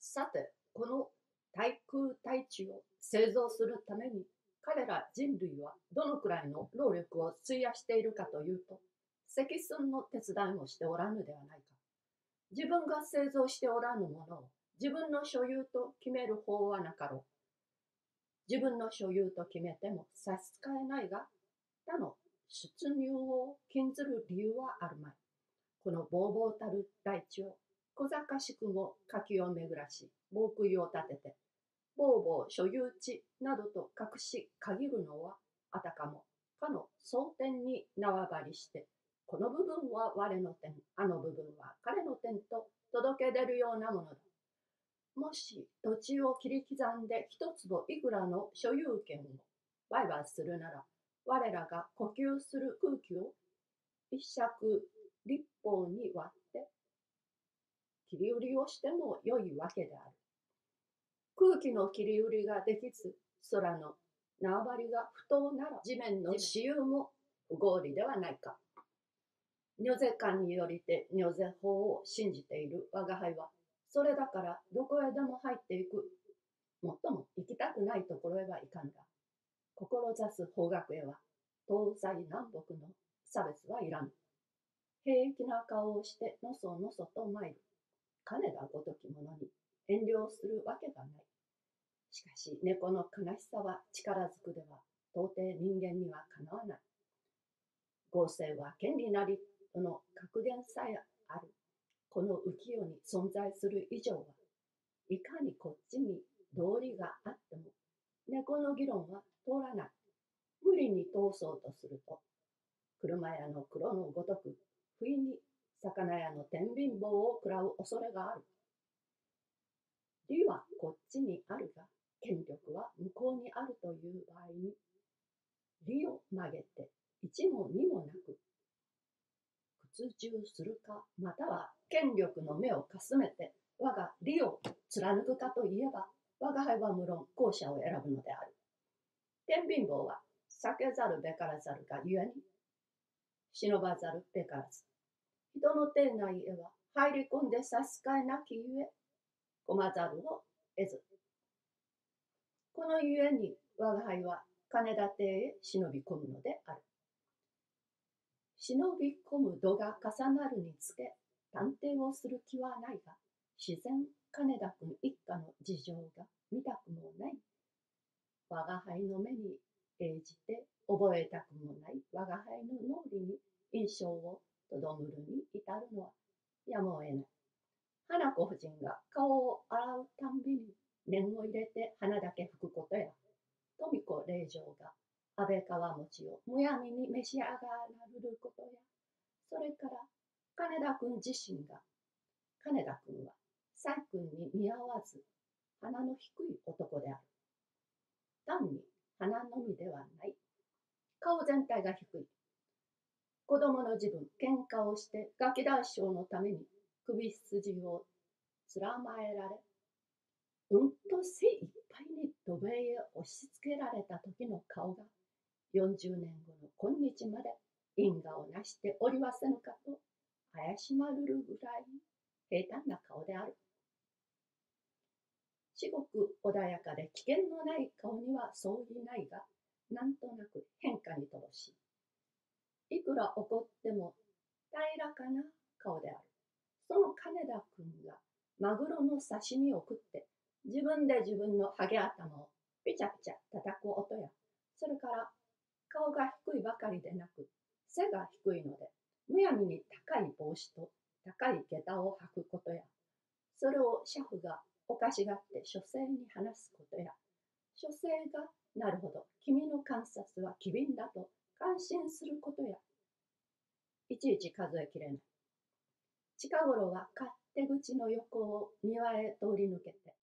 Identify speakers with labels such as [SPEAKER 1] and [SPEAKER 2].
[SPEAKER 1] さて、この対空対地を製造するために、彼ら人類はどのくらいの労力を費やしているかというと、積寸の手伝いもしておらぬではないか。自分が製造しておらぬものを自分の所有と決める法はなかろう。自分の所有と決めても差し支えないが、他の出入を禁ずる理由はあるまい。このぼうぼうたる大地を小賢しくも柿を巡らし、防空を立てて、ぼうぼう所有地などと隠し限るのは、あたかもかの蒼天に縄張りして、この部分は我の天、あの部分は彼の天と届け出るようなものだ。もし土地を切り刻んで一坪いくらの所有権を売買するなら、我らが呼吸する空気を一尺立方に割って切り売りをしてもよいわけである。空気の切り売りができず、空の縄張りが不当なら地面の私有も不合理ではないか。女税官によりて女税法を信じている我が輩は、それだからどこへでも入っていく。もっとも行きたくないところへはいかんだ。志す方角へは東西南北の差別はいらぬ。平気な顔をしてのそのそと参る。金田ごとき者に遠慮するわけがない。しかし猫の悲しさは力ずくでは到底人間にはかなわない。合成は権利なりとの格言さえある。この浮世に存在する以上は、いかにこっちに道理があっても、猫の議論は通らない。無理に通そうとすると、車屋の黒のごとく、不意に魚屋の天秤棒を食らう恐れがある。理はこっちにあるが、権力は向こうにあるという場合に、理を曲げて一も二もなく、屈従するか、または権力の目をかすめて我が理を貫くかといえば、我が輩は無論後者を選ぶのである。天秤棒は避けざるべからざるがゆえに、忍ばざるべからず。人の体内へは入り込んで差し支えなきゆえ、込まざるを得ず。このゆえに我が輩は金田邸へ忍び込むのである。忍び込む度が重なるにつけ、探偵をする気はないが、自然金田君一家の事情が見たくもない。我が輩の目に応じて覚えたくもない我が輩の脳裏に印象をとどむるに至るのはやむを得ない。花子夫人が顔を洗うたんびに念を入れて鼻だけ拭くことや、富子令嬢が安倍川餅をむやみに召し上がられることや、それから金田君自身が、金田君は細君に似合わず鼻の低い男である。単に鼻のみではない。顔全体が低い。子供の自分、喧嘩をしてガキ大将のために首筋をつらまえられ、精いっぱいに土塀へ押し付けられた時の顔が、40年後の今日まで因果をなしておりはせぬかと怪しまるるぐらい平坦な顔である。至極穏やかで危険のない顔には相違ないが、なんとなく変化に乏しい。いくら怒っても平らかな顔である。その金田君がマグロの刺身を食って自分で自分のハゲ頭をピチャピチャ叩く音や、それから顔が低いばかりでなく背が低いのでむやみに高い帽子と高い下駄を履くことや、それを車夫がおかしがって書生に話すことや、書生がなるほど君の観察は機敏だと感心することや、いちいち数えきれない。近頃は勝手口の横を庭へ通り抜けて